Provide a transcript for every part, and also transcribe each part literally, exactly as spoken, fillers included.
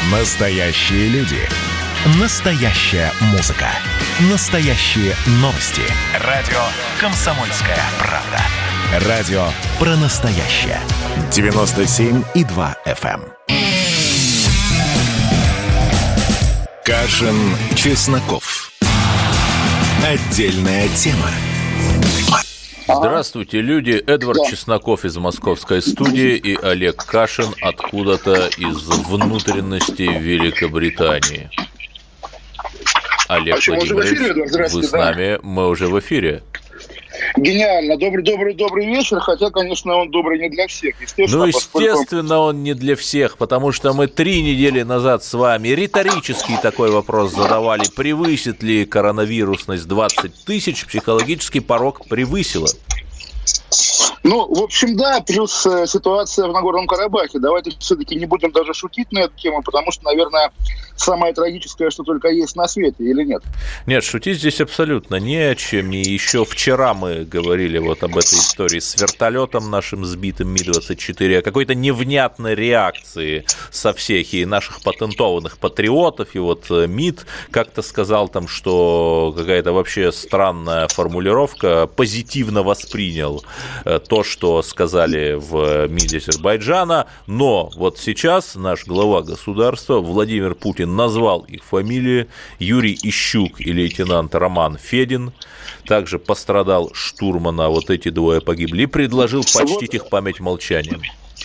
Настоящие люди. Настоящая музыка. Настоящие новости. Радио «Комсомольская правда». Радио про настоящее. девяносто семь и два эф эм. Кашин, Чесноков. Отдельная тема. Здравствуйте, люди. Эдвард да. Чесноков из московской студии и Олег Кашин откуда-то из внутренности Великобритании. Олег а Владимирович, эфире, вы с нами, да. Мы уже в эфире. Гениально. Добрый, добрый, добрый вечер, хотя, конечно, он добрый не для всех. Естественно, ну, естественно, поскольку... он не для всех, потому что мы три недели назад с вами риторический такой вопрос задавали, превысит ли коронавирусность двадцать тысяч, психологический порог превысила. Ну, в общем, да, плюс э, ситуация в Нагорном Карабахе. Давайте все-таки не будем даже шутить на эту тему, потому что, наверное, самое трагическое, что только есть на свете, или нет? Нет, шутить здесь абсолютно не о чем. И еще вчера мы говорили вот об этой истории с вертолетом нашим сбитым Ми двадцать четыре, о какой-то невнятной реакции со всех и наших патентованных патриотов. И вот МИД как-то сказал там, что какая-то вообще странная формулировка, позитивно воспринял то, что сказали в МИДе Азербайджана, но вот сейчас наш глава государства Владимир Путин назвал их фамилии: Юрий Ищук и лейтенант Роман Федин. Также пострадал штурман, а вот эти двое погибли, и предложил почтить их память молчанием.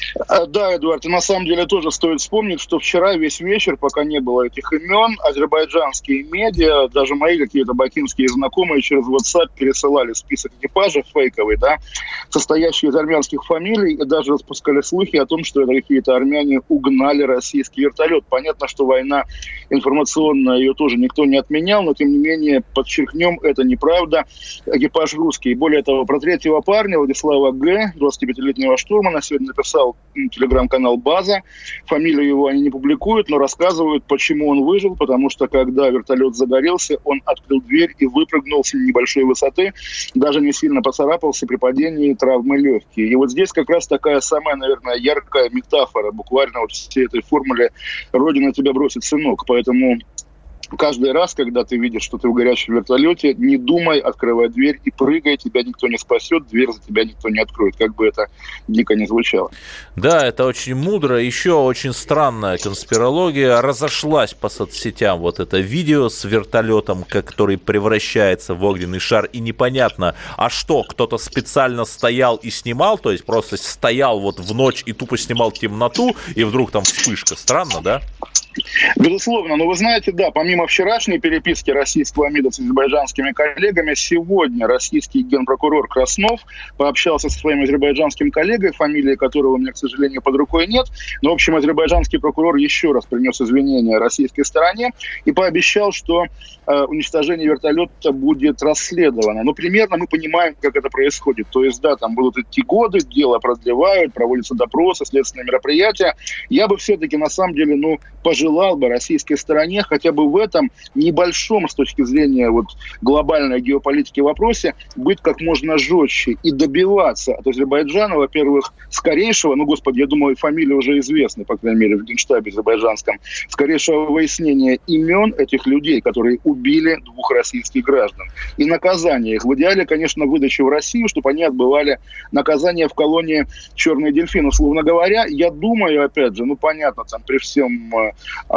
Да, Эдуард, и на самом деле тоже стоит вспомнить, что вчера весь вечер, пока не было этих имен, азербайджанские медиа, даже мои какие-то бакинские знакомые через WhatsApp пересылали список экипажа фейковый, да, состоящий из армянских фамилий, и даже распускали слухи о том, что это какие-то армяне угнали российский вертолет. Понятно, что война информационная, ее тоже никто не отменял, но тем не менее, подчеркнем, это неправда. Экипаж русский. Более того, про третьего парня, Владислава Г., двадцатипятилетнего штурмана, сегодня написал телеграм-канал «База». Фамилию его они не публикуют, но рассказывают, почему он выжил, потому что, когда вертолет загорелся, он открыл дверь и выпрыгнул с небольшой высоты, даже не сильно поцарапался при падении, травмы легкие. И вот здесь как раз такая самая, наверное, яркая метафора буквально вот всей этой формуле «Родина тебя бросит, сынок». Поэтому каждый раз, когда ты видишь, что ты в горящем вертолете, не думай, открывай дверь и прыгай, тебя никто не спасет, дверь за тебя никто не откроет, как бы это дико не звучало. Да, это очень мудро. Еще очень странная конспирология. Разошлась по соцсетям вот это видео с вертолетом, который превращается в огненный шар, и непонятно, а что, кто-то специально стоял и снимал, то есть просто стоял вот в ночь и тупо снимал темноту, и вдруг там вспышка. Странно, да? Безусловно, но вы знаете, да, помимо вчерашней переписки российского МИДа с азербайджанскими коллегами, сегодня российский генпрокурор Краснов пообщался со своим азербайджанским коллегой, фамилии которого у меня, к сожалению, под рукой нет, но, в общем, азербайджанский прокурор еще раз принес извинения российской стороне и пообещал, что э, уничтожение вертолета будет расследовано. Но примерно мы понимаем, как это происходит. То есть, да, там будут идти годы, дело продлевают, проводятся допросы, следственные мероприятия. Я бы все-таки, на самом деле, ну, пожелал бы российской стороне хотя бы в этом небольшом с точки зрения вот глобальной геополитики вопросе быть как можно жестче и добиваться от Азербайджана, во-первых, скорейшего, ну, господи, я думаю, фамилии уже известны, по крайней мере, в Генштабе азербайджанском, скорейшего выяснения имен этих людей, которые убили двух российских граждан, и наказания их. В идеале, конечно, выдачи в Россию, чтобы они отбывали наказание в колонии «Черный дельфин». Условно говоря, я думаю, опять же, ну, понятно, там, при всем э,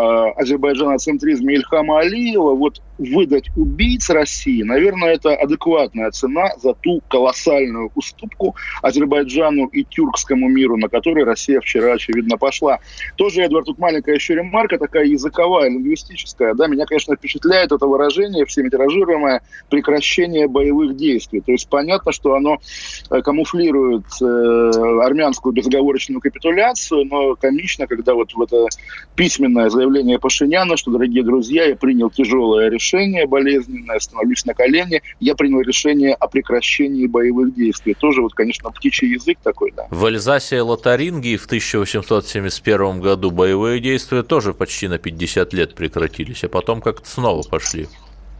азербайджаноцентризме Ильхама Алиева, вот выдать убийц России, наверное, это адекватная цена за ту колоссальную уступку Азербайджану и тюркскому миру, на который Россия вчера, очевидно, пошла. Тоже, Эдвард, тут маленькая еще ремарка, такая языковая, лингвистическая. Да, меня, конечно, впечатляет это выражение, всеми тиражируемое, прекращение боевых действий. То есть понятно, что оно камуфлирует э, армянскую безоговорочную капитуляцию, но комично, когда вот в это письменное заявление Пашиняна, что, дорогие друзья, я принял тяжелое решение, болезненное, становлюсь на колени, я принял решение о прекращении боевых действий. Тоже вот, конечно, птичий язык такой, да. В Эльзасе и Лотарингии в тысяча восемьсот семьдесят первом году боевые действия тоже почти на пятьдесят лет прекратились, а потом как-то снова пошли.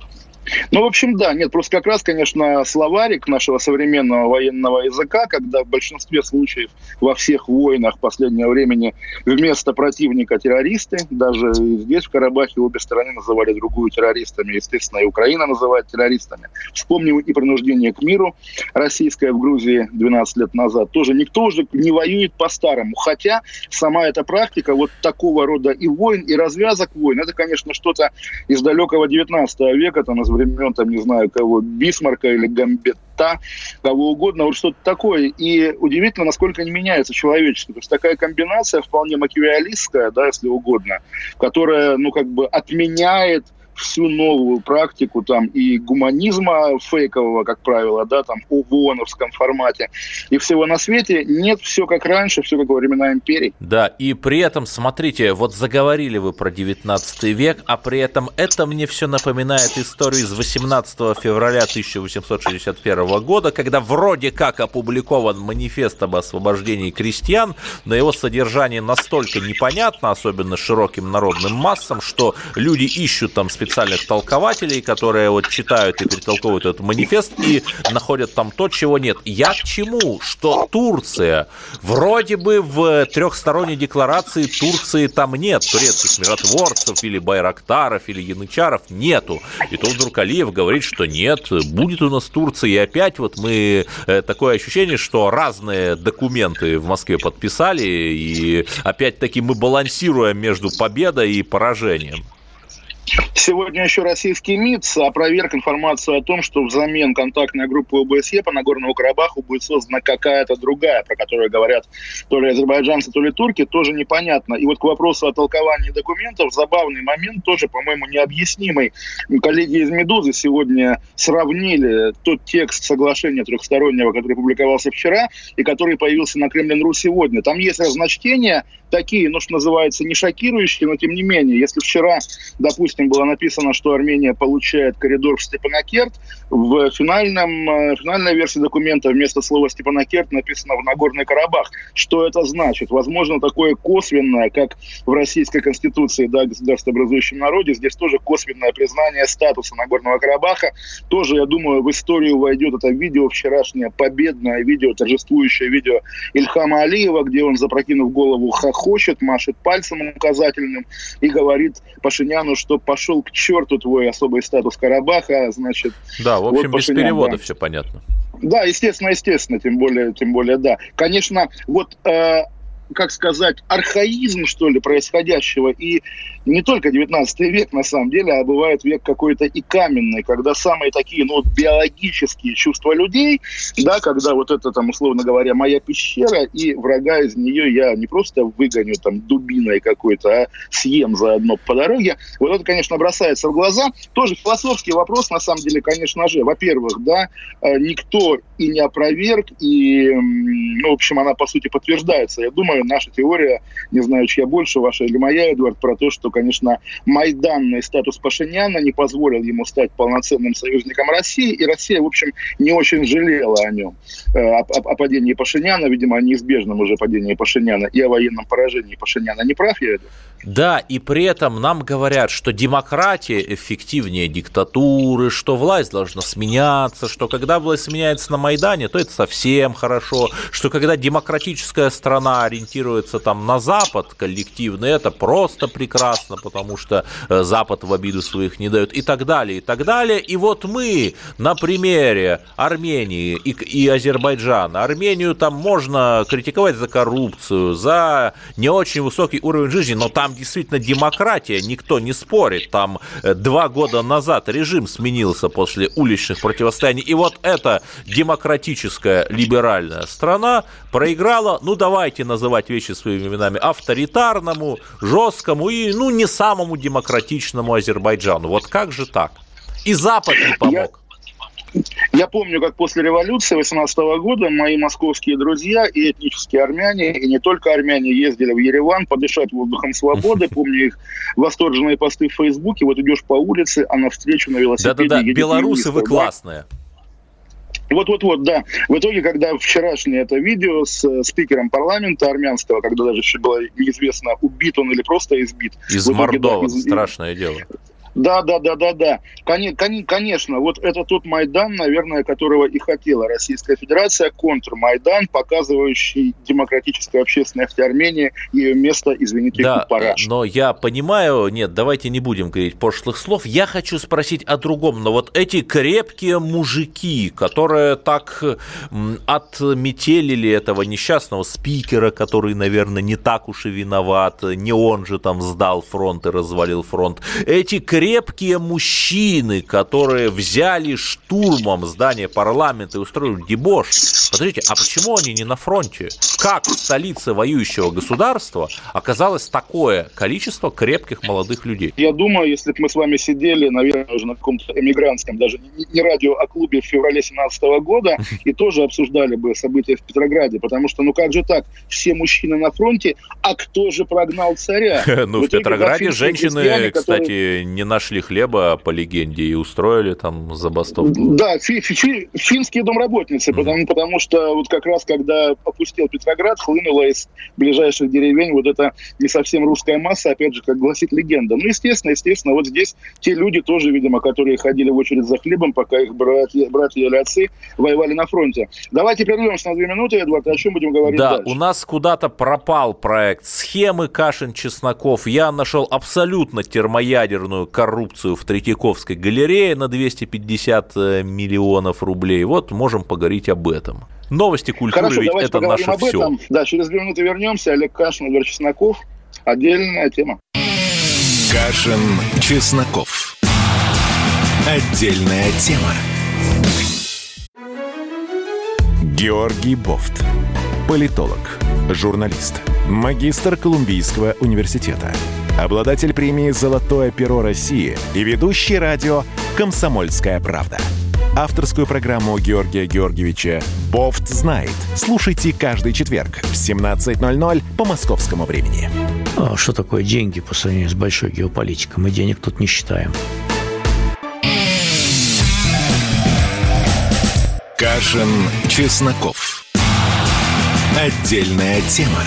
Ну, в общем, да, нет, просто как раз, конечно, словарик нашего современного военного языка, когда в большинстве случаев во всех войнах последнего времени вместо противника террористы, даже здесь, в Карабахе, обе стороны называли другую террористами, естественно, и Украина называет террористами. Вспомним и принуждение к миру российское в Грузии двенадцать лет назад. Тоже никто уже не воюет по-старому, хотя сама эта практика вот такого рода и войн, и развязок войн, это, конечно, что-то из далекого девятнадцатого века, там, из времен, там, не знаю, кого, Бисмарка или Гамбетта, кого угодно, вот что-то такое. И удивительно, насколько не меняется человечество. То есть такая комбинация вполне макиавеллистская, да, если угодно, которая, ну, как бы отменяет всю новую практику там и гуманизма фейкового, как правило, да, там в ООНовском формате, и всего на свете. Нет, все как раньше, все как во времена империй. Да, и при этом, смотрите, вот заговорили вы про девятнадцатый век, а при этом это мне все напоминает историю из восемнадцатого февраля тысяча восемьсот шестьдесят первого года, когда вроде как опубликован манифест об освобождении крестьян, но его содержание настолько непонятно, особенно широким народным массам, что люди ищут там специалистов, специальных толкователей, которые вот читают и перетолковывают этот манифест и находят там то, чего нет. Я к чему? Что Турция, вроде бы в трехсторонней декларации Турции там нет турецких миротворцев или байрактаров или янычаров, нету. И тут вдруг Алиев говорит, что нет, будет у нас Турция. И опять вот мы, такое ощущение, что разные документы в Москве подписали, и опять-таки мы балансируем между победой и поражением. Сегодня еще российский МИД опроверг информацию о том, что взамен контактной группы ОБСЕ по Нагорному Карабаху будет создана какая-то другая, про которую говорят то ли азербайджанцы, то ли турки, тоже непонятно. И вот к вопросу о толковании документов забавный момент, тоже, по-моему, необъяснимый. Коллеги из «Медузы» сегодня сравнили тот текст соглашения трехстороннего, который публиковался вчера, и который появился на Кремлин.ру сегодня. Там есть разночтения такие, ну, что называется, не шокирующие, но тем не менее. Если вчера, допустим, было написано, что Армения получает коридор в Степанакерт, в финальном, финальной версии документа вместо слова Степанакерт написано в Нагорный Карабах. Что это значит? Возможно, такое косвенное, как в российской конституции, да, государствообразующем народе, здесь тоже косвенное признание статуса Нагорного Карабаха. Тоже, я думаю, в историю войдет это видео вчерашнее, победное видео, торжествующее видео Ильхама Алиева, где он, запрокинув голову, хохочет, машет пальцем указательным и говорит Пашиняну, что пошел к черту твой особый статус Карабаха, значит... Да, в общем, вот без Пашинян, перевода да. Все понятно. Да, естественно, естественно, тем более, тем более, да. Конечно, вот... Э, как сказать, архаизм, что ли, происходящего. И не только девятнадцатый век, на самом деле, а бывает век какой-то и каменный, когда самые такие, ну, вот, биологические чувства людей, да, когда вот это, там, условно говоря, моя пещера, и врага из нее я не просто выгоню, там, дубиной какой-то, а съем заодно по дороге. Вот это, конечно, бросается в глаза. Тоже философский вопрос, на самом деле, конечно же. Во-первых, да, никто и не опроверг, и, ну, в общем, она, по сути, подтверждается. Я думаю, наша теория, не знаю, чья больше, ваша или моя, Эдуард, про то, что, конечно, майданный статус Пашиняна не позволил ему стать полноценным союзником России, и Россия, в общем, не очень жалела о нем, о, о, о падении Пашиняна, видимо, о неизбежном уже падении Пашиняна и о военном поражении Пашиняна. Не прав я, Эдуард? Да, и при этом нам говорят, что демократия эффективнее диктатуры, что власть должна сменяться, что когда власть сменяется на Майдане, то это совсем хорошо, что когда демократическая страна ориентируется там на Запад коллективно, это просто прекрасно, потому что Запад в обиду своих не дает, и так далее, и так далее. И вот мы на примере Армении и, и Азербайджана, Армению там можно критиковать за коррупцию, за не очень высокий уровень жизни, но там действительно демократия, никто не спорит. Там два года назад режим сменился после уличных противостояний. И вот эта демократическая либеральная страна проиграла, ну давайте называть вещи своими именами, авторитарному, жесткому и ну не самому демократичному Азербайджану. Вот как же так? И Запад не помог. Я помню, как после революции восемнадцатого года мои московские друзья и этнические армяне, и не только армяне, ездили в Ереван подышать воздухом свободы. Помню их восторженные посты в Фейсбуке. Вот идешь по улице, а навстречу на велосипеде... Да-да-да, белорусы вы классные. Вот-вот-вот, да. В итоге, когда вчерашнее это видео с спикером парламента армянского, когда даже еще было неизвестно, убит он или просто избит. Из итоге, Мордова, да, из... страшное дело. Да, да, да, да, да. Конечно, вот это тот Майдан, наверное, которого и хотела Российская Федерация, контрмайдан, показывающий демократическое общественное в Армении, ее место, извините, да, параш. Но я понимаю, нет, давайте не будем говорить пошлых слов. Я хочу спросить о другом. Но вот эти крепкие мужики, которые так отметелили этого несчастного спикера, который, наверное, не так уж и виноват, не он же там сдал фронт и развалил фронт. Эти крепкие мужчины, которые взяли штурмом здание парламента и устроили дебош. Подождите, а почему они не на фронте? Как в столице воюющего государства оказалось такое количество крепких молодых людей? Я думаю, если бы мы с вами сидели, наверное, уже на каком-то эмигрантском, даже не радио, а клубе в феврале семнадцатого года, и тоже обсуждали бы события в Петрограде, потому что, ну как же так, все мужчины на фронте, а кто же прогнал царя? Ну, в Петрограде женщины, кстати, не нашли хлеба, по легенде, и устроили там забастовку. Да, фи- фи- финские домработницы, mm-hmm. потому, потому что вот как раз, когда опустел Петроград, хлынула из ближайших деревень вот эта не совсем русская масса, опять же, как гласит легенда. Ну, естественно, естественно, вот здесь те люди тоже, видимо, которые ходили в очередь за хлебом, пока их братья, братья или отцы воевали на фронте. Давайте прервемся на две минуты, Эдвард, о чем будем говорить да, дальше? Да, у нас куда-то пропал проект «Схемы Кашин-Чесноков». Я нашел абсолютно термоядерную коррупцию в Третьяковской галерее на двести пятьдесят миллионов рублей. Вот можем поговорить об этом. Новости культуры, Хорошо, ведь это наше об все. Этом. Да, через две минуты вернемся. Олег Кашин, Эдвард Чесноков. Отдельная тема. Кашин-Чесноков. Отдельная тема. Георгий Бофт. Политолог, журналист, магистр Колумбийского университета, обладатель премии «Золотое перо России» и ведущий радио «Комсомольская правда». Авторскую программу Георгия Георгиевича «Бофт знает». Слушайте каждый четверг в семнадцать ноль ноль по московскому времени. А что такое деньги по сравнению с большой геополитикой? Мы денег тут не считаем. Кашин-Чесноков. Отдельная тема.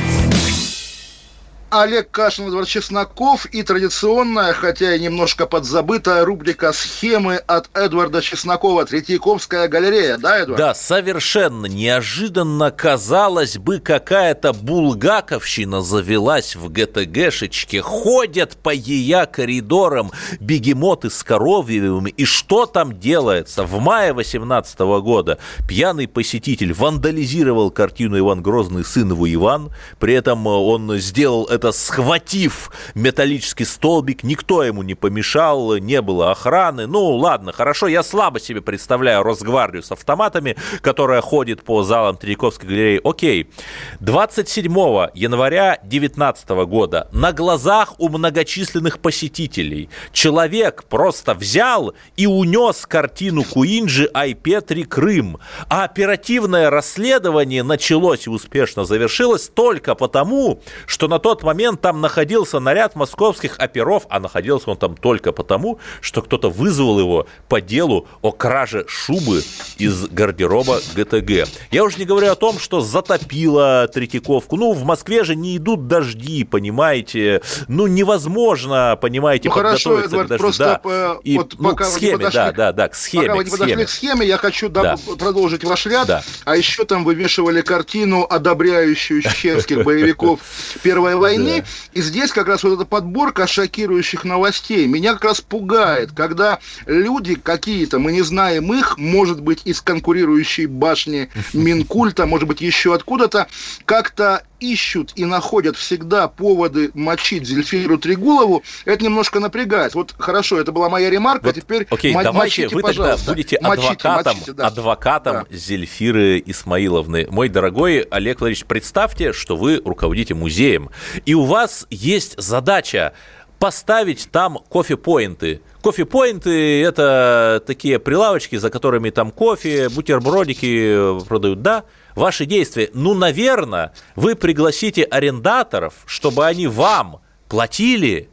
Олег Кашин, Эдвард Чесноков и традиционная, хотя и немножко подзабытая рубрика «Схемы» от Эдварда Чеснокова. Третьяковская галерея, да, Эдвард? Да, совершенно неожиданно, казалось бы, какая-то булгаковщина завелась в ГТГшечке. Ходят по ЕЯ коридорам бегемоты с коровьевыми. И что там делается? В мае восемнадцатого года пьяный посетитель вандализировал картину «Иван Грозный, сын его Иван». При этом он сделал это, схватив металлический столбик, никто ему не помешал, не было охраны. Ну, ладно, хорошо, я слабо себе представляю Росгвардию с автоматами, которая ходит по залам Третьяковской галереи. Окей. двадцать седьмого января две тысячи девятнадцатого года на глазах у многочисленных посетителей человек просто взял и унес картину Куинджи «Айпетри. Крым». А оперативное расследование началось и успешно завершилось только потому, что на тот момент там находился наряд московских оперов, а находился он там только потому, что кто-то вызвал его по делу о краже шубы из гардероба ГТГ. Я уже не говорю о том, что затопило Третьяковку. Ну, в Москве же не идут дожди, понимаете. Ну, невозможно, понимаете, ну, подготовиться хорошо, Эдвард, к дождю. просто да. И, вот, ну, пока к схеме, подошли, да, да, да, к схеме. Пока вы не к подошли схеме. к схеме, я хочу да. продолжить ваш ряд. Да. А еще там вывешивали картину, одобряющую чеченских боевиков Первой войны. Да. И здесь как раз вот эта подборка шокирующих новостей меня как раз пугает, когда люди какие-то, мы не знаем их, может быть, из конкурирующей башни Минкульта, может быть, еще откуда-то, как-то ищут и находят всегда поводы мочить Зельфиру Трегулову. Это немножко напрягает. Вот хорошо, это была моя ремарка, вот, теперь окей, м- давайте мочите, вы пожалуйста. Тогда будете мочите, адвокатом, мочите, да. адвокатом да. Зельфиры Исмаиловны. Мой дорогой Олег Владимирович, представьте, что вы руководите музеем, и у вас есть задача поставить там кофе-поинты. Кофе-поинты – это такие прилавочки, за которыми там кофе, бутербродики продают, да? Ваши действия. Ну, наверное, вы пригласите арендаторов, чтобы они вам платили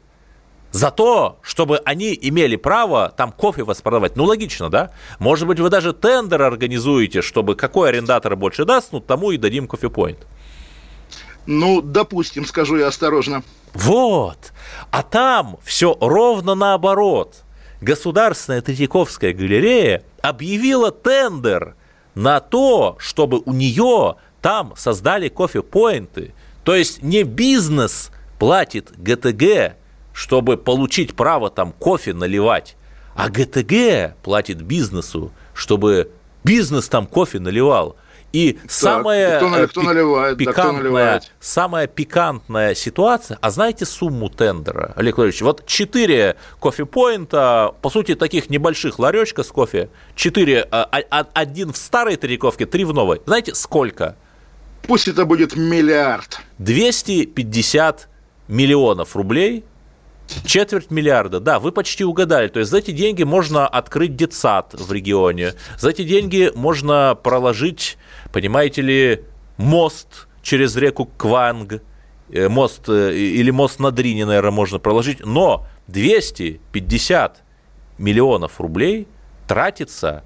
за то, чтобы они имели право там кофе вас продавать. Ну, логично, да? Может быть, вы даже тендер организуете, чтобы какой арендатор больше даст, ну, тому и дадим кофе-поинт. Ну, допустим, скажу я осторожно. Вот. А там все ровно наоборот. Государственная Третьяковская галерея объявила тендер на то, чтобы у нее там создали кофе-поинты. То есть не бизнес платит ГТГ, чтобы получить право там кофе наливать, а ГТГ платит бизнесу, чтобы бизнес там кофе наливал. И так, самая, кто, кто наливает, пикантная, да, кто наливает. самая пикантная ситуация, а знаете сумму тендера, Олег Владимирович? Вот четыре кофе-поинта, по сути, таких небольших ларечка с кофе, четыре, один в старой Третьяковке, три в новой. Знаете, сколько? Пусть это будет миллиард. двести пятьдесят миллионов рублей. Четверть миллиарда, да, вы почти угадали. То есть за эти деньги можно открыть детсад в регионе, за эти деньги можно проложить, понимаете ли, мост через реку Кванг, мост или мост на Дрине, наверное, можно проложить, но двести пятьдесят миллионов рублей тратится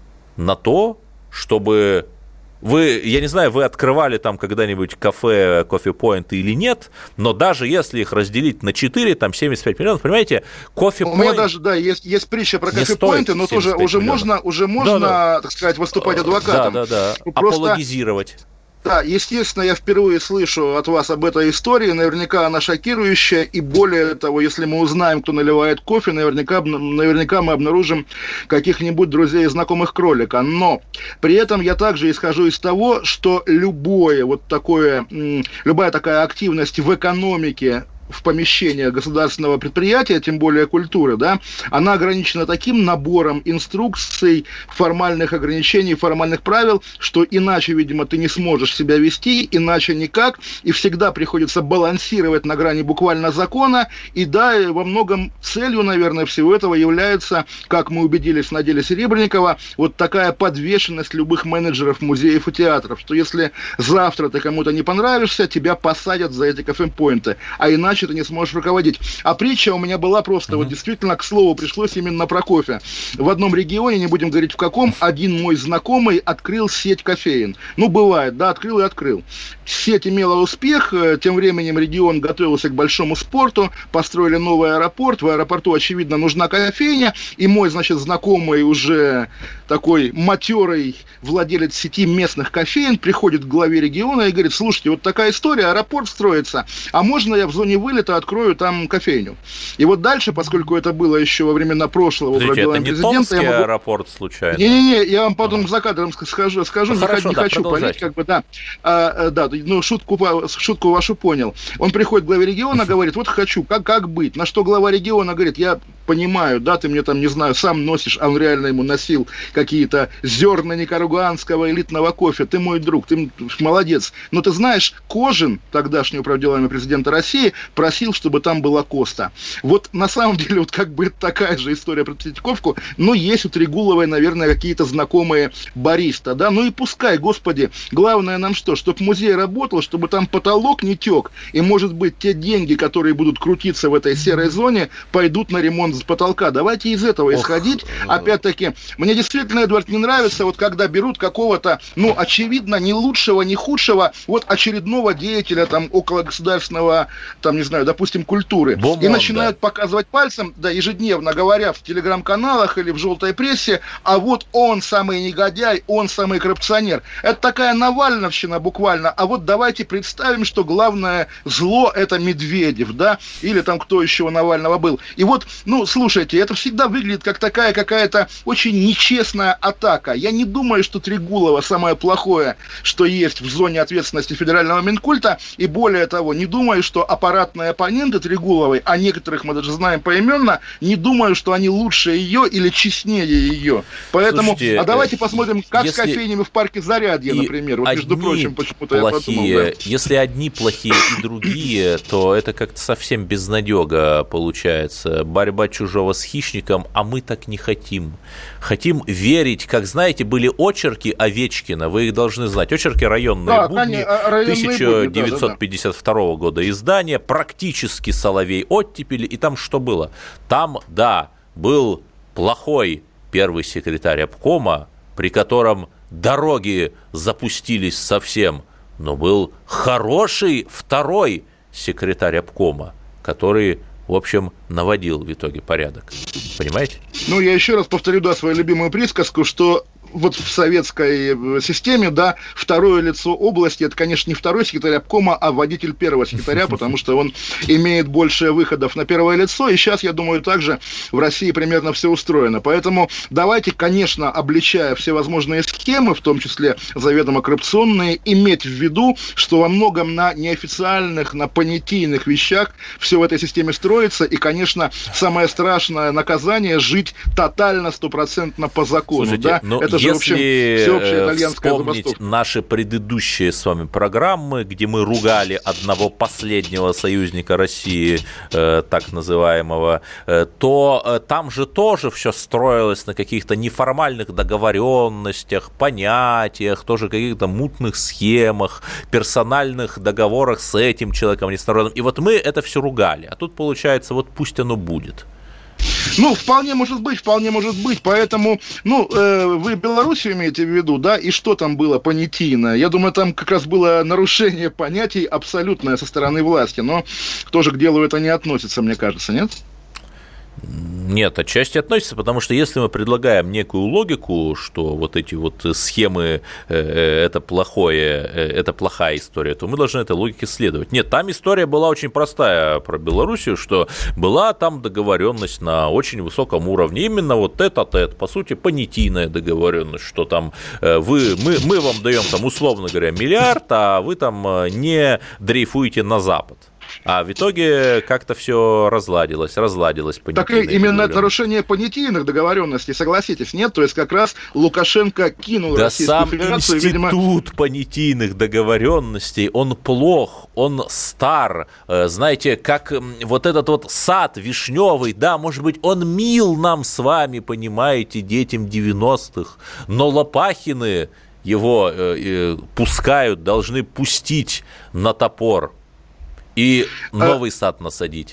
на то, чтобы... Вы, я не знаю, вы открывали там когда-нибудь кафе, кофе-поинты или нет, но даже если их разделить на четыре, там семьдесят пять миллионов, понимаете, кофе-поинт... У меня даже, да, есть, есть притча про кофе-поинты, но тоже уже можно, уже можно, да, да. так сказать, выступать адвокатом. Да, да, да, Просто... апологизировать. Да, естественно, я впервые слышу от вас об этой истории, наверняка она шокирующая, и более того, если мы узнаем, кто наливает кофе, наверняка, наверняка мы обнаружим каких-нибудь друзей и знакомых кролика. Но при этом я также исхожу из того, что любое вот такое, любая такая активность в экономике, в помещениях государственного предприятия, тем более культуры, да, она ограничена таким набором инструкций, формальных ограничений, формальных правил, что иначе, видимо, ты не сможешь себя вести, иначе никак, и всегда приходится балансировать на грани буквально закона, и да, во многом целью, наверное, всего этого является, как мы убедились на деле Серебренникова, вот такая подвешенность любых менеджеров музеев и театров, что если завтра ты кому-то не понравишься, тебя посадят за эти кофе-поинты, а иначе ты не сможешь руководить. А притча у меня была просто, mm-hmm. вот действительно, к слову, пришлось именно про кофе. В одном регионе, не будем говорить в каком, один мой знакомый открыл сеть кофеин. Ну, бывает, да, открыл и открыл. Сеть имела успех, тем временем регион готовился к большому спорту, построили новый аэропорт, в аэропорту, очевидно, нужна кофейня, и мой, значит, знакомый уже такой матерый владелец сети местных кофеин приходит к главе региона и говорит: слушайте, вот такая история, аэропорт строится, а можно я в зоне вылета открою там кофейню? И вот дальше, поскольку это было еще во времена прошлого управления президента... Это не Томский могу... аэропорт, случайно? Не-не-не, я вам потом а. за кадром скажу, скажу ну, не, хорошо, не да, хочу палить, как бы, да. А, да, ну, шутку, шутку вашу понял. Он приходит к главе региона, говорит: вот хочу, как, как быть? На что глава региона говорит: я понимаю, да, ты мне там, не знаю, сам носишь, а он реально ему носил какие-то зерна никарагуанского элитного кофе, ты мой друг, ты молодец. Но ты знаешь, Кожин, тогдашний управляемый президента России, просил, чтобы там была Коста. Вот на самом деле, вот как бы это такая же история про Третьяковку, но есть у Трегуловой, наверное, какие-то знакомые бариста, да, ну и пускай, господи, главное нам что, чтобы музей работал, чтобы там потолок не тек, и, может быть, те деньги, которые будут крутиться в этой серой зоне, пойдут на ремонт с потолка. Давайте из этого исходить. Ох. Опять-таки, мне действительно, Эдвард, не нравится, вот когда берут какого-то, ну, очевидно, не лучшего, не худшего, вот очередного деятеля там около государственного, там, не знаю, допустим, культуры, Бомон, и начинают да. показывать пальцем, да, ежедневно говоря в телеграм-каналах или в желтой прессе, а вот он самый негодяй, он самый коррупционер. Это такая навальновщина буквально. А вот давайте представим, что главное зло — это Медведев, да, или там кто еще у Навального был. И вот, ну, слушайте, это всегда выглядит как такая какая-то очень нечестная атака. Я не думаю, что Трегулова самое плохое, что есть в зоне ответственности федерального Минкульта, и более того, не думаю, что аппаратные оппоненты Трегуловой, а некоторых мы даже знаем поименно, не думаю, что они лучше ее или честнее ее. Поэтому, Слушайте, а давайте посмотрим, как если... с кофейнями в парке Зарядье, например. Вот, между прочим, почему-то плохие, я подумал. Да. Если одни плохие и другие, то это как-то совсем безнадега получается. Борьба чужого с хищником, а мы так не хотим. Хотим верить, как, знаете, были очерки Овечкина, вы их должны знать. Очерки «Районные да, будни», тысяча девятьсот пятьдесят второго будни, да, да, да. года издания, практически Соловей оттепели, и там что было? Там, да, был плохой первый секретарь обкома, при котором дороги запустились совсем, но был хороший второй секретарь обкома, который, в общем, наводил в итоге порядок. Понимаете? Ну, я еще раз повторю, да, свою любимую присказку, что вот в советской системе, да, второе лицо области, это, конечно, не второй секретарь обкома, а водитель первого секретаря, потому что он имеет больше выходов на первое лицо, и сейчас, я думаю, также в России примерно все устроено. Поэтому давайте, конечно, обличая всевозможные схемы, в том числе заведомо коррупционные, иметь в виду, что во многом на неофициальных, на понятийных вещах все в этой системе строится, и, конечно, самое страшное наказание — жить тотально, стопроцентно по закону. Слушайте, да? ну, Это же, в общем, всеобщая итальянская вспомнить забастовка. наши предыдущие с вами программы, где мы ругали одного последнего союзника России, э, так называемого, э, то э, там же тоже все строилось на каких-то неформальных договоренностях, понятиях, тоже каких-то мутных схемах, персональных договорах с этим человеком, не с народом. И вот мы это все ругали. А тут получается, вот пусть оно будет. Ну, вполне может быть, вполне может быть. Поэтому, ну, э, вы Белоруссию имеете в виду, да, и что там было понятийно? Я думаю, там как раз было нарушение понятий абсолютное со стороны власти, но тоже к делу это не относится, мне кажется, нет? Нет, отчасти относится, потому что если мы предлагаем некую логику, что вот эти вот схемы э, это плохое, э, это плохая история, то мы должны этой логике следовать. Нет, там история была очень простая про Белоруссию, что была там договоренность на очень высоком уровне, именно вот тет-а-тет, по сути, понятийная договоренность, что там э, вы, мы, мы вам даем там, условно говоря, миллиард, а вы там не дрейфуете на Запад. А в итоге как-то все разладилось, разладилось. Так и именно это нарушение понятийных договоренностей, согласитесь, нет? То есть как раз Лукашенко кинул да Российскую Федерацию, видимо... Да сам институт видимо... понятийных договоренностей, он плох, он стар. Знаете, как вот этот вот сад вишневый, да, может быть, он мил нам с вами, понимаете, детям девяностых, но Лопахины его э, э, пускают, должны пустить на топор и новый сад насадить.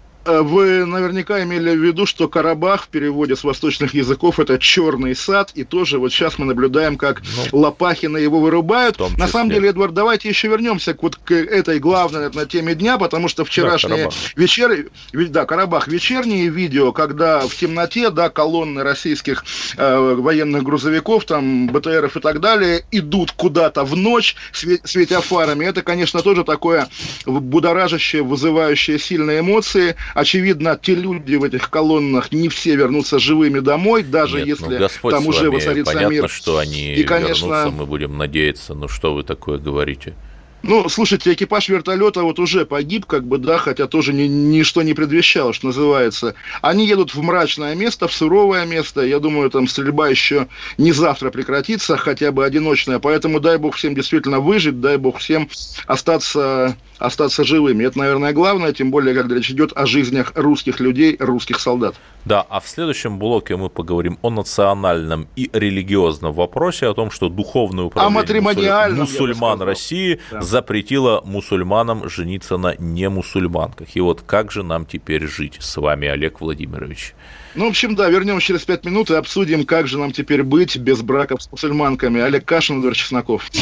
Вы наверняка имели в виду, что Карабах в переводе с восточных языков — это черный сад, и тоже вот сейчас мы наблюдаем, как ну, Лопахины его вырубают. На самом деле, Эдвард, давайте еще вернемся к, вот, к этой главной, наверное, теме дня, потому что вчерашние да, вечер... да, Карабах, вечерние видео, когда в темноте, да, колонны российских э, военных грузовиков, там, БТРов и так далее, идут куда-то в ночь, свет... светя фарами. Это, конечно, тоже такое будоражащее, вызывающее сильные эмоции. Очевидно, те люди в этих колоннах не все вернутся живыми домой, даже Нет, если ну, там уже воцарится понятно, мир. Понятно, что они и, конечно... вернутся, мы будем надеяться. Ну, что вы такое говорите? Ну, слушайте, экипаж вертолета вот уже погиб, как бы, да, хотя тоже ни, ничто не предвещало, что называется. Они едут в мрачное место, в суровое место. Я думаю, там стрельба еще не завтра прекратится, хотя бы одиночная. Поэтому дай бог всем действительно выжить, дай бог всем остаться, остаться живыми. Это, наверное, главное, тем более, когда речь идет о жизнях русских людей, русских солдат. Да, а в следующем блоке мы поговорим о национальном и религиозном вопросе, о том, что Духовное управление мусульман России да. запретило мусульманам жениться на немусульманках. И вот как же нам теперь жить с вами, Олег Владимирович? Ну, в общем, да, вернемся через пять минут и обсудим, как же нам теперь быть без браков с мусульманками. Олег Кашин, Эдвард Чесноков.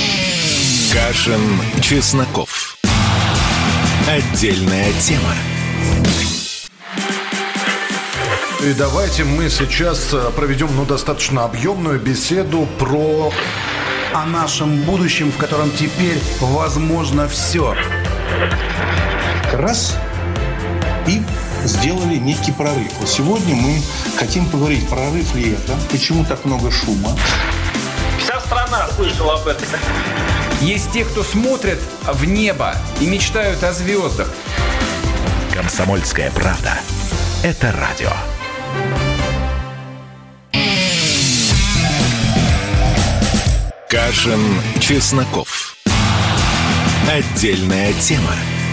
Кашин, Чесноков. Отдельная тема. И давайте мы сейчас проведем, ну, достаточно объемную беседу про... о нашем будущем, в котором теперь возможно все. Раз и сделали некий прорыв. Вот сегодня мы хотим поговорить, прорыв ли это, почему так много шума. Вся страна слышала об этом. Есть те, кто смотрят в небо и мечтают о звездах. Комсомольская правда. Это радио. Кашин, Чесноков. Отдельная тема.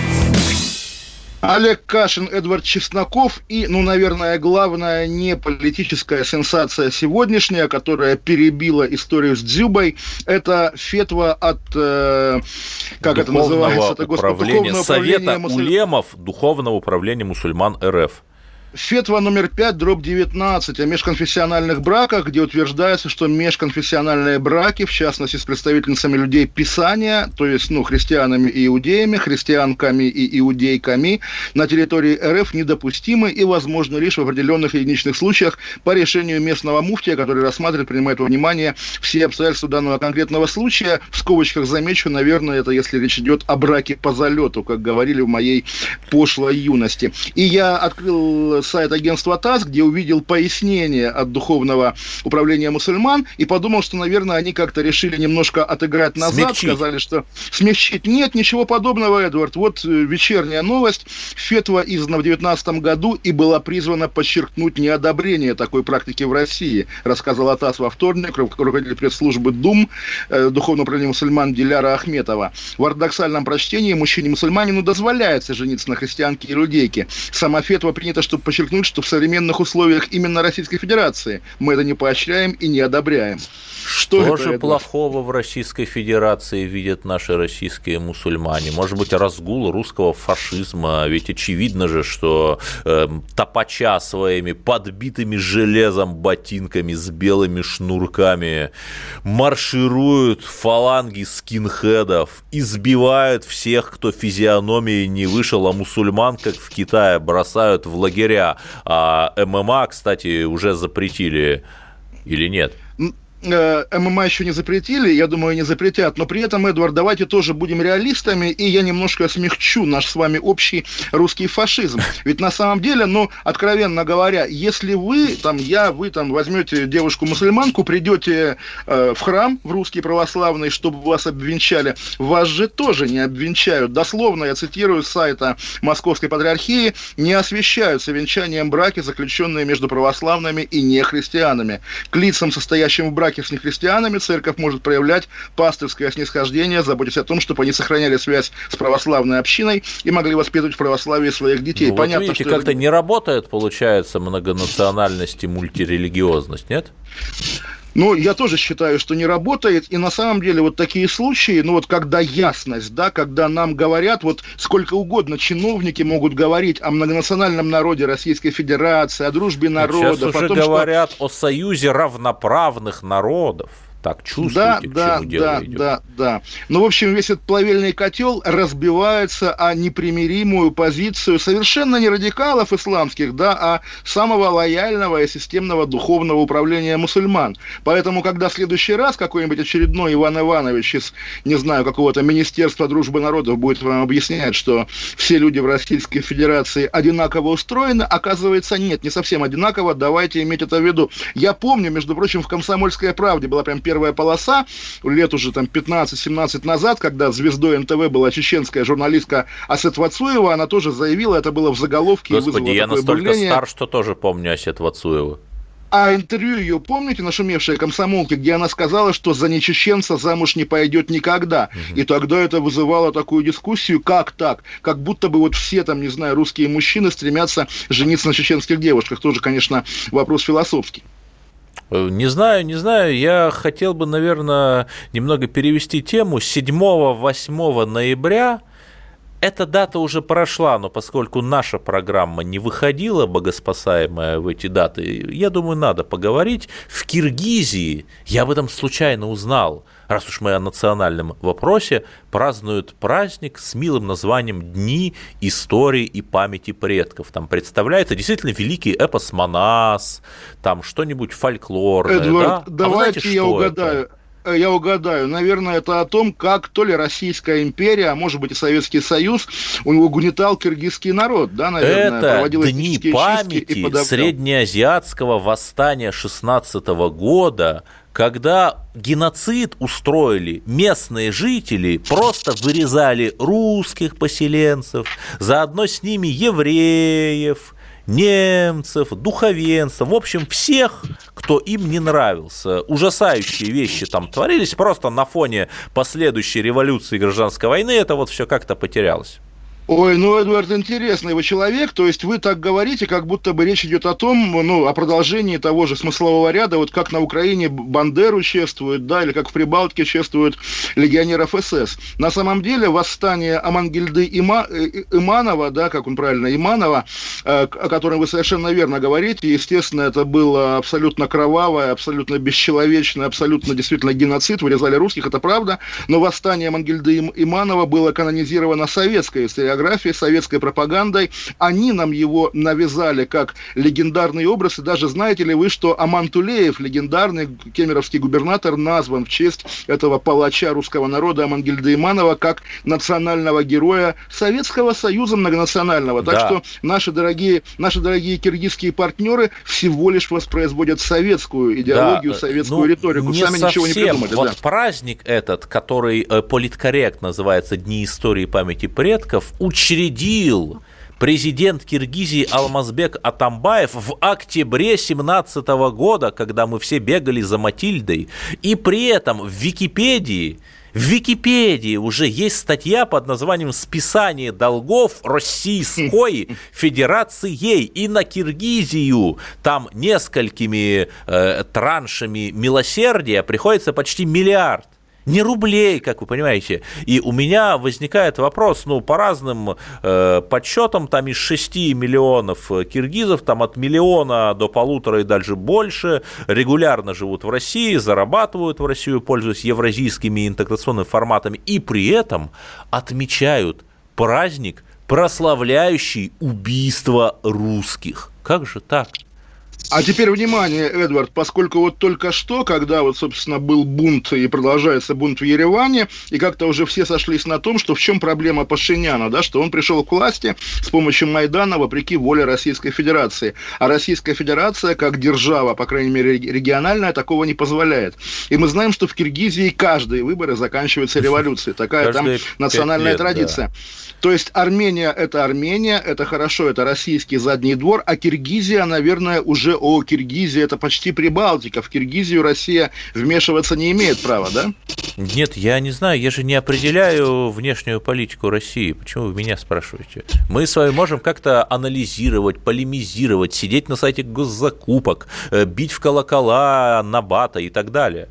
Олег Кашин, Эдвард Чесноков и, ну, наверное, главная не политическая сенсация сегодняшняя, которая перебила историю с Дзюбой, это фетва от, э, как это называется, это, управления, Духовного Совета управления мусуль... улемов Духовного управления мусульман РФ. Фетва номер пять, дробь девятнадцать о межконфессиональных браках, где утверждается, что межконфессиональные браки, в частности с представительницами людей Писания, то есть ну, христианами и иудеями, христианками и иудейками, на территории РФ недопустимы и возможны лишь в определенных единичных случаях по решению местного муфтия, который рассматривает, принимает во внимание все обстоятельства данного конкретного случая. В скобочках замечу, наверное, это если речь идет о браке по залету, как говорили в моей пошлой юности. И я открыл сайт агентства ТАСС, где увидел пояснение от Духовного управления мусульман и подумал, что, наверное, они как-то решили немножко отыграть назад, смягчить. Сказали, что смягчить. Нет, ничего подобного, Эдвард. Вот вечерняя новость. Фетва издана в две тысячи девятнадцатом году и была призвана подчеркнуть неодобрение такой практики в России, рассказала ТАСС во вторник руководитель пресс-службы ДУМ э, Духовного управления мусульман Диляра Ахметова. В ортодоксальном прочтении мужчине-мусульманину дозволяется жениться на христианке и иудейке. Сама фетва принята, чтобы подчеркнуть, что в современных условиях именно Российской Федерации мы это не поощряем и не одобряем. Что, что же плохого в Российской Федерации видят наши российские мусульмане? Может быть, разгул русского фашизма? Ведь очевидно же, что э, топача своими подбитыми железом ботинками с белыми шнурками маршируют фаланги скинхедов, избивают всех, кто физиономией не вышел, а мусульман, как в Китае, бросают в лагеря. А ММА, кстати, уже запретили или нет? ММА еще не запретили, я думаю, не запретят, но при этом, Эдвард, давайте тоже будем реалистами, и я немножко смягчу наш с вами общий русский фашизм. Ведь на самом деле, ну, откровенно говоря, если вы, там, я, вы, там, возьмете девушку-мусульманку, придете э, в храм, в русский православный, чтобы вас обвенчали, вас же тоже не обвенчают. Дословно, я цитирую с сайта Московской Патриархии, не освящаются венчанием браки, заключенные между православными и нехристианами. К лицам, состоящим в браке с нехристианами, церковь может проявлять пастырское снисхождение, заботясь о том, чтобы они сохраняли связь с православной общиной и могли воспитывать в православии своих детей. Ну, Понятно, вот видите, что как-то это... не работает, получается, многонациональность и мультирелигиозность, нет? Ну, я тоже считаю, что не работает, и на самом деле вот такие случаи, ну вот когда ясность, да, когда нам говорят, вот сколько угодно чиновники могут говорить о многонациональном народе Российской Федерации, о дружбе народов. Сейчас уже о том, говорят что... о союзе равноправных народов. Так чувствуете, да, к да, чему дело да, идет? Да, да, Ну, в общем, весь этот плавильный котел разбивается о непримиримую позицию совершенно не радикалов исламских, да, а самого лояльного и системного духовного управления мусульман. Поэтому, когда в следующий раз какой-нибудь очередной Иван Иванович из, не знаю, какого-то Министерства дружбы народов будет вам объяснять, что все люди в Российской Федерации одинаково устроены, оказывается, нет, не совсем одинаково, давайте иметь это в виду. Я помню, между прочим, в «Комсомольской правде» была прям первая Первая полоса, лет уже там пятнадцать-семнадцать назад, когда звездой эн тэ вэ была чеченская журналистка Асет Вацуева, она тоже заявила, это было в заголовке. Господи, и я настолько бурление. стар, что тоже помню Асет Вацуеву. А интервью ее, помните, нашумевшее «Комсомолки», где она сказала, что за нечеченца замуж не пойдет никогда. Угу. И тогда это вызывало такую дискуссию, как так? Как будто бы вот все там, не знаю, русские мужчины стремятся жениться на чеченских девушках. Тоже, конечно, вопрос философский. Не знаю, не знаю, я хотел бы, наверное, немного перевести тему. седьмого-восьмого ноября эта дата уже прошла, но поскольку наша программа не выходила, богоспасаемая, в эти даты, я думаю, надо поговорить. В Киргизии, я об этом случайно узнал, раз уж мы о национальном вопросе, празднуют праздник с милым названием «Дни истории и памяти предков». Там представляется действительно великий эпос Манас, там что-нибудь фольклорное. Эдвард, да? давайте а знаете, я угадаю. Это? Я угадаю. Наверное, это о том, как то ли Российская империя, а может быть и Советский Союз, угнетал киргизский народ, да, наверное, это дни памяти среднеазиатского восстания шестнадцатого года, когда геноцид устроили местные жители, просто вырезали русских поселенцев, заодно с ними евреев, немцев, духовенцев, в общем, всех, кто им не нравился. Ужасающие вещи там творились, просто на фоне последующей революции и гражданской войны это вот все как-то потерялось. Ой, ну, Эдуард, интересный вы человек, то есть вы так говорите, как будто бы речь идет о том, ну, о продолжении того же смыслового ряда, вот как на Украине Бандеру чествуют, да, или как в Прибалтике чествуют легионеров СС. На самом деле восстание Амангельды Има... Иманова, да, как он правильно, Иманова, о котором вы совершенно верно говорите, естественно, это было абсолютно кровавое, абсолютно бесчеловечное, абсолютно действительно геноцид, вырезали русских, это правда, но восстание Амангельды Иманова было канонизировано советской историографией, советской пропагандой. Они нам его навязали как легендарный образ. И даже знаете ли вы, что Аман Тулеев, легендарный кемеровский губернатор, назван в честь этого палача русского народа Амангельды Иманова как национального героя Советского Союза многонационального. Так да. что наши дорогие, наши дорогие киргизские партнеры всего лишь воспроизводят советскую идеологию, да. советскую ну, риторику. Не Сами совсем. ничего не придумали. Вот да. праздник этот, который э, политкорректно называется Дни истории памяти предков, учредил президент Киргизии Алмазбек Атамбаев в октябре семнадцатого года, когда мы все бегали за Матильдой. И при этом в Википедии, в Википедии уже есть статья под названием «Списание долгов Российской Федерацией». И на Киргизию там несколькими э, траншами милосердия приходится почти миллиард. Не рублей, как вы понимаете. И у меня возникает вопрос, ну, по разным э, подсчетам, там из шести миллионов киргизов, там от миллиона до полутора и дальше больше, регулярно живут в России, зарабатывают в Россию, пользуясь евразийскими интеграционными форматами, и при этом отмечают праздник, прославляющий убийство русских. Как же так? А теперь внимание, Эдвард, поскольку вот только что, когда вот, собственно, был бунт и продолжается бунт в Ереване, и как-то уже все сошлись на том, что в чем проблема Пашиняна, да, что он пришел к власти с помощью Майдана вопреки воле Российской Федерации. А Российская Федерация, как держава, по крайней мере, региональная, такого не позволяет. И мы знаем, что в Киргизии каждые выборы заканчиваются революцией. Такая там национальная лет, традиция. Да. То есть Армения – это Армения, это хорошо, это российский задний двор, а Киргизия, наверное, уже о Киргизии, это почти Прибалтика. В Киргизию Россия вмешиваться не имеет права, да? Нет, я не знаю, я же не определяю внешнюю политику России. Почему вы меня спрашиваете? Мы с вами можем как-то анализировать, полемизировать, сидеть на сайте госзакупок, бить в колокола Набата и так далее.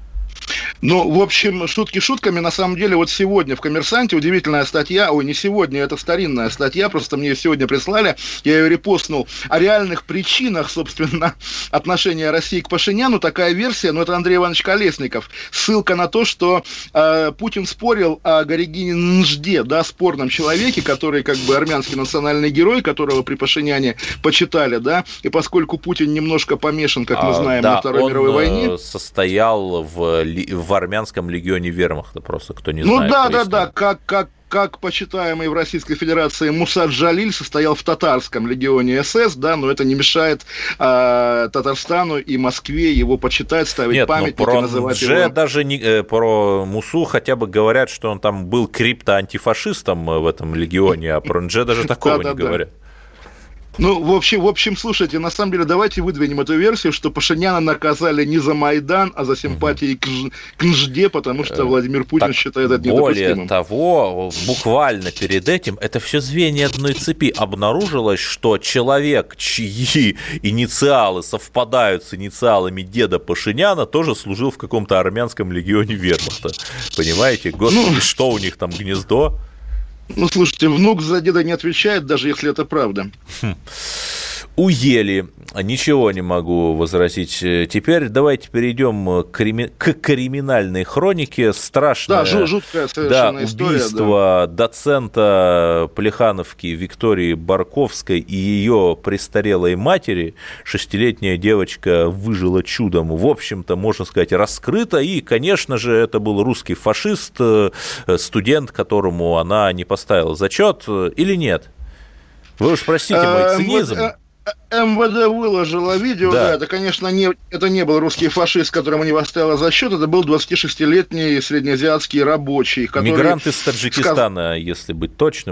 Ну, в общем, шутки шутками, на самом деле, вот сегодня в «Коммерсанте» удивительная статья, ой, не сегодня, это старинная статья, просто мне ее сегодня прислали, я ее репостнул, о реальных причинах, собственно, отношения России к Пашиняну, такая версия, ну, это Андрей Иванович Колесников, ссылка на то, что э, Путин спорил о Горегине Нжде, да, спорном человеке, который, как бы, армянский национальный герой, которого при Пашиняне почитали, да, и поскольку Путин немножко помешан, как мы знаем, а, да, на Второй мировой войне. Состоял в, в армянском легионе вермахта, просто кто не ну, знает. Ну да, да, да, как, как, как почитаемый в Российской Федерации Муса Джалиль состоял в татарском легионе СС, да, но это не мешает э, Татарстану и Москве его почитать, ставить Нет, памятники, про называть Ндже его... даже не, э, про Мусу хотя бы говорят, что он там был крипто-антифашистом в этом легионе, а про Ндже даже такого не говорят. Ну, в общем, в общем, слушайте, на самом деле, давайте выдвинем эту версию, что Пашиняна наказали не за Майдан, а за симпатии к, к Нжде, потому что Владимир Путин так считает это недопустимым. Более того, буквально перед этим, это все звенья одной цепи, обнаружилось, что человек, чьи инициалы совпадают с инициалами деда Пашиняна, тоже служил в каком-то армянском легионе вермахта. Понимаете? Господи, ну, что у них там гнездо? Ну, слушайте, внук за деда не отвечает, даже если это правда. Хм. Уели. Ничего не могу возразить. Теперь давайте перейдем к, крими... к криминальной хронике. Страшная, да, жуткая совершенно да, история. Убийство да. доцента Плехановки Виктории Барковской и ее престарелой матери. Шестилетняя девочка выжила чудом. В общем-то, можно сказать, раскрыто. И, конечно же, это был русский фашист, студент, которому она не поставила зачет. Или нет? Вы уж простите мой цинизм. МВД выложила видео, да, да это, конечно, не, это не был русский фашист, которому не поставила зачет, это был двадцатишестилетний среднеазиатский рабочий. Мигрант из Таджикистана, сказ... если быть точным.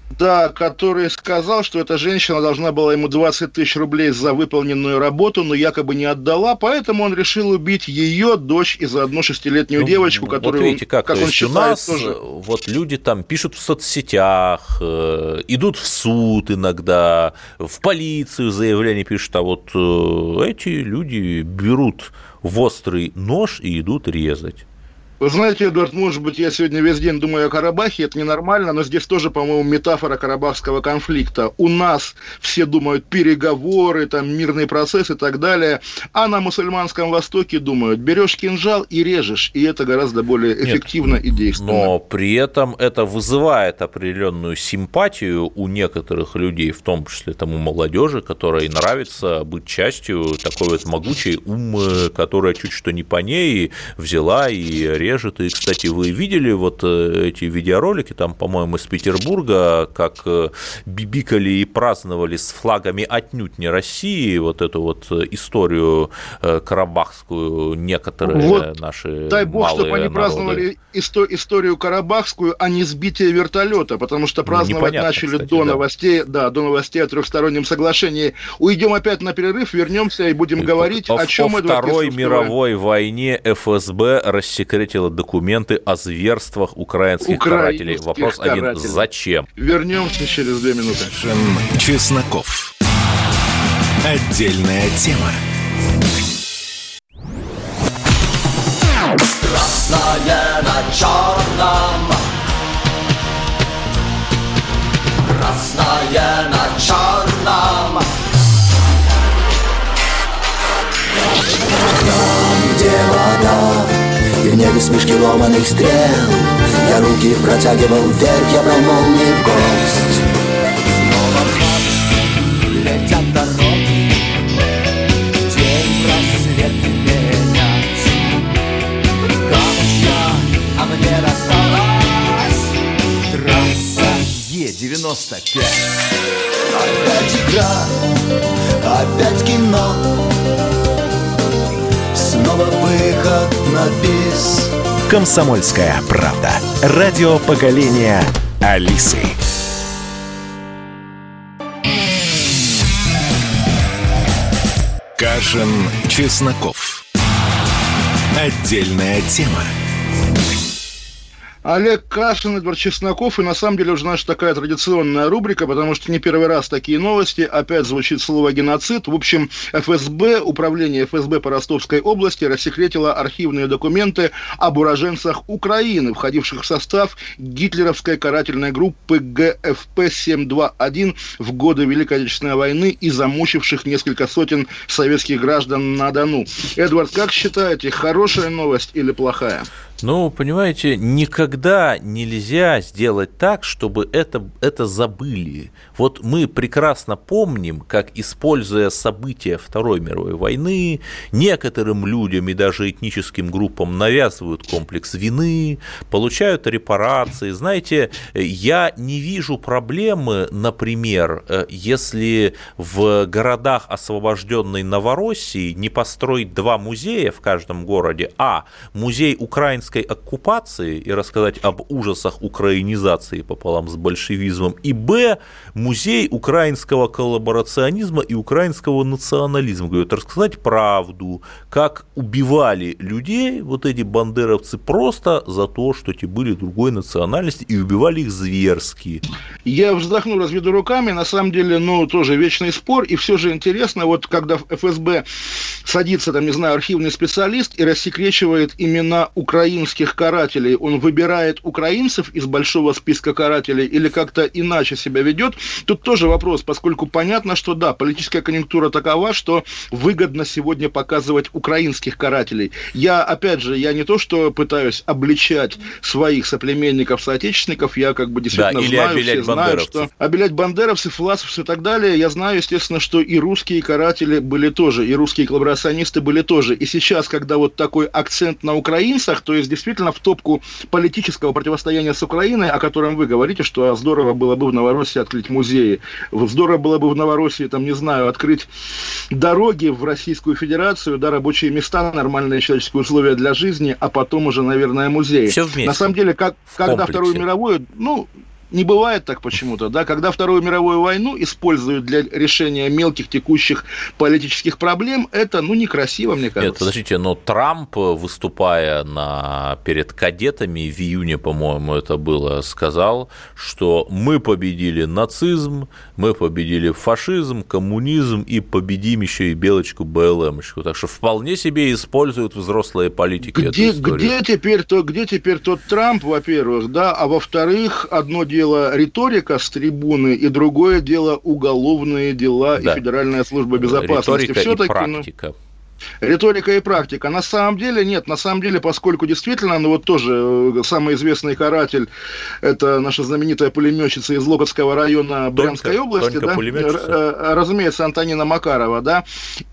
Да, который сказал, что эта женщина должна была ему двадцать тысяч рублей за выполненную работу, но якобы не отдала, поэтому он решил убить ее, дочь и заодно шестилетнюю ну, девочку, которую, вот видите, как, как то он есть считает, у нас тоже... вот люди там пишут в соцсетях, э, идут в суд иногда, в полицию заявление пишут, а вот э, эти люди берут в острый нож и идут резать. Вы знаете, Эдуард, может быть, я сегодня весь день думаю о Карабахе, это ненормально, но здесь тоже, по-моему, метафора карабахского конфликта. У нас все думают переговоры, там, мирный процесс и так далее, а на мусульманском Востоке думают, берешь кинжал и режешь, и это гораздо более эффективно Нет, и действенно. Но при этом это вызывает определенную симпатию у некоторых людей, в том числе там у молодежи, которой нравится быть частью такой вот могучей уммы, которая чуть что не по ней взяла и режет. И, кстати, вы видели вот эти видеоролики, там, по-моему, из Петербурга, как бибикали и праздновали с флагами отнюдь не России вот эту вот историю карабахскую некоторые вот, наши дай бог, малые чтобы они народы. Праздновали исто- историю карабахскую, а не сбитие вертолета, потому что праздновать ну, начали кстати, до да. новостей, да, до новостей о трехстороннем соглашении. Уйдем опять на перерыв, вернемся и будем и говорить, о, о чем о Второй мировой войне эф эс бэ рассекретила документы о зверствах украинских, украинских карателей. Вопрос карателей. Один. Зачем? Вернемся через две минуты. Чесноков. Отдельная тема. Красное на черном. Красное на черном. Там, где вода, и в небе смешки ломаных стрел, я руки протягивал вверх, я брал молнии в гость. Снова в ночь летят дороги, день просвет менять. Камушья, а мне досталась трасса Е девяносто пять. Опять игра, опять кино, снова выход на бис. «Комсомольская правда». Радио поколения Алисы. Кашин, Чесноков. Отдельная тема. Олег Кашин, Эдвард Чесноков, и на самом деле уже наша такая традиционная рубрика, потому что не первый раз такие новости, опять звучит слово «геноцид». В общем, эф эс бэ, управление эф эс бэ по Ростовской области рассекретило архивные документы об уроженцах Украины, входивших в состав гитлеровской карательной группы гэ эф пэ семь два один в годы Великой Отечественной войны и замучивших несколько сотен советских граждан на Дону. Эдвард, как считаете, хорошая новость или плохая? Ну, понимаете, никогда нельзя сделать так, чтобы это, это забыли. Вот мы прекрасно помним, как, используя события Второй мировой войны, некоторым людям и даже этническим группам навязывают комплекс вины, получают репарации. Знаете, я не вижу проблемы, например, если в городах, освобожденной Новороссии, не построить два музея в каждом городе, а музей украинской оккупации и рассказать об ужасах украинизации пополам с большевизмом, и б. музей украинского коллаборационизма и украинского национализма. Говорят, рассказать правду, как убивали людей вот эти бандеровцы просто за то, что те были другой национальности, и убивали их зверски. Я вздохну, разведу руками, на самом деле, ну, тоже вечный спор, и все же интересно, вот когда в эф эс бэ садится, там, не знаю, архивный специалист и рассекречивает имена украинских карателей, он выбирает украинцев из большого списка карателей или как-то иначе себя ведет? Тут тоже вопрос, поскольку понятно, что да, политическая конъюнктура такова, что выгодно сегодня показывать украинских карателей. Я, опять же, я не то, что пытаюсь обличать своих соплеменников, соотечественников, я как бы действительно да, знаю, все знают, что обелять бандеровцев, власовцев и так далее, я знаю, естественно, что и русские каратели были тоже, и русские коллаборационисты были тоже. И сейчас, когда вот такой акцент на украинцах, то есть действительно в топку политического противостояния с Украиной, о котором вы говорите, что здорово было бы в Новороссии открыть музеи, здорово было бы в Новороссии, там, не знаю, открыть дороги в Российскую Федерацию, да, рабочие места, нормальные человеческие условия для жизни, а потом уже, наверное, музеи. Все вместе. На самом деле, как, когда Вторую мировую, ну, Не бывает так почему-то, да, когда Вторую мировую войну используют для решения мелких текущих политических проблем, это, ну, некрасиво, мне кажется. Нет, подождите, но Трамп, выступая на... перед кадетами, в июне, по-моему, это было, сказал, что мы победили нацизм, мы победили фашизм, коммунизм и победим еще и белочку бэ эл эм-очку. Так что вполне себе используют взрослые политики где, эту историю. Где теперь, то, где теперь тот Трамп, во-первых, да, а во-вторых, одно дело дело риторика с трибуны, и другое дело уголовные дела, да, и Федеральная служба безопасности. Риторика Все-таки, и практика. Ну, риторика и практика. На самом деле нет, на самом деле, поскольку действительно, ну вот тоже самый известный каратель, это наша знаменитая пулеметчица из Локотского района Брянской Тонька, области, Тонька да, разумеется, Антонина Макарова, да,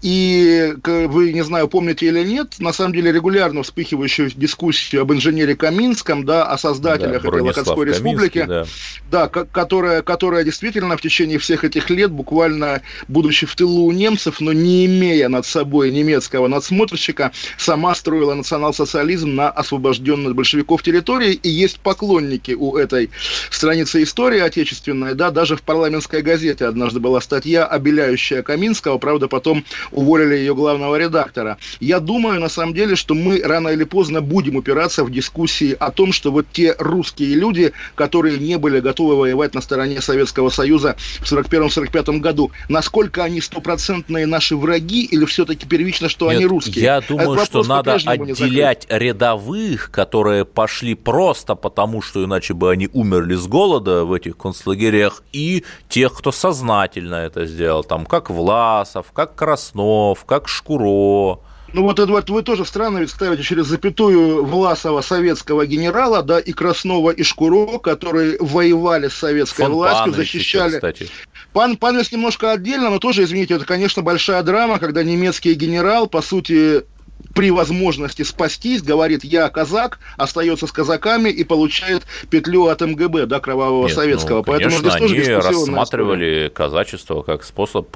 и вы, не знаю, помните или нет, на самом деле регулярно вспыхивающую дискуссию об инженере Каминском, да, о создателях да, этой Локотской республики, да, да которая, которая действительно в течение всех этих лет, буквально будучи в тылу у немцев, но не имея над собой немецкого надсмотрщика, сама строила национал-социализм на освобожденной от большевиков территории, и есть поклонники у этой страницы истории отечественной, да, даже в парламентской газете однажды была статья, обеляющая Каминского, правда, потом уволили ее главного редактора. Я думаю, на самом деле, что мы рано или поздно будем упираться в дискуссии о том, что вот те русские люди, которые не были готовы воевать на стороне Советского Союза в сорок первом сорок пятом году, насколько они стопроцентные наши враги или все-таки первично, что Нет, они русские. Я думаю, что надо отделять рядовых, которые пошли просто потому, что иначе бы они умерли с голода в этих концлагерях, и тех, кто сознательно это сделал, там, как Власов, как Краснов, как Шкуро. Ну вот, Эдуард, вы тоже странно ведь ставите через запятую Власова, советского генерала, да, и Краснова, и Шкуро, которые воевали с советской Фон властью, Панович защищали... Еще, кстати. Пан Панович немножко отдельно, но тоже, извините, это, конечно, большая драма, когда немецкий генерал, по сути, при возможности спастись, говорит, я казак, остается с казаками и получает петлю от эм гэ бэ, да, кровавого Нет, советского. Ну, конечно, поэтому здесь они тоже рассматривали история. казачество как способ,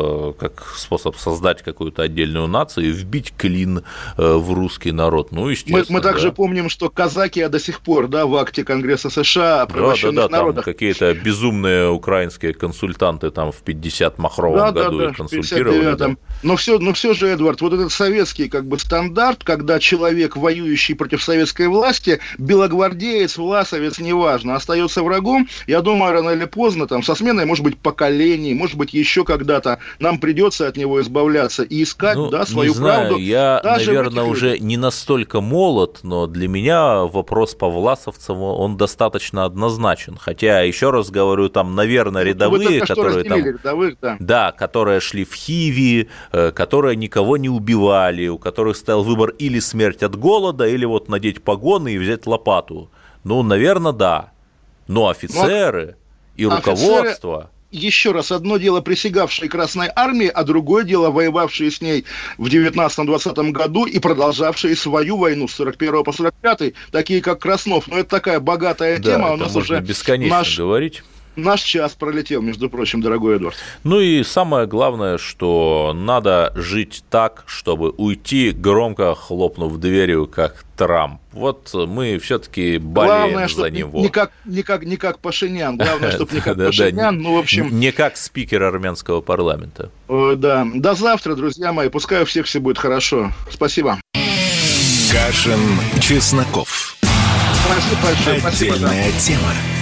как способ создать какую-то отдельную нацию и вбить клин в русский народ. Ну, естественно, мы, мы также да. помним, что казаки до сих пор, да, в акте Конгресса США о порабощенных да, да, да, народах. Там какие-то безумные украинские консультанты там в пятьдесят махровом да, году да, да, консультировали. Да. Но все, но все же, Эдвард, вот этот советский как бы стандарт, когда человек, воюющий против советской власти, белогвардеец, власовец, неважно, остается врагом, я думаю, рано или поздно, там, со сменой, может быть, поколений, может быть, еще когда-то нам придется от него избавляться и искать, ну, да, свою не знаю, правду. Я, наверное, уже людях. не настолько молод, но для меня вопрос по власовцам, он достаточно однозначен. Хотя, еще раз говорю, там, наверное, рядовые, которые там... Рядовых, да. да, которые шли в Хивии, которые никого не убивали, у которых стоял выбор или смерть от голода, или вот надеть погоны и взять лопату. Ну, наверное, да. Но офицеры Но... и руководство... Офицеры... Еще раз, одно дело присягавшие Красной Армии, а другое дело воевавшие с ней в девятнадцатом-двадцатом году и продолжавшие свою войну с сорок первого по сорок пятый, такие как Краснов. Но это такая богатая да, тема. Это у нас можно уже бесконечно наш... говорить. Наш час пролетел, между прочим, дорогой Эдуард. Ну и самое главное, что надо жить так, чтобы уйти, громко хлопнув дверью, как Трамп. Вот мы все-таки болеем главное, за него. Не как, не, как, не как Пашинян. Главное, чтобы не как Пашинян. Ну, в общем... Не как спикер армянского парламента. Да. До завтра, друзья мои. Пускай у всех все будет хорошо. Спасибо. Кашин, Чесноков. Спасибо большое. Отдельная Спасибо, да. тема.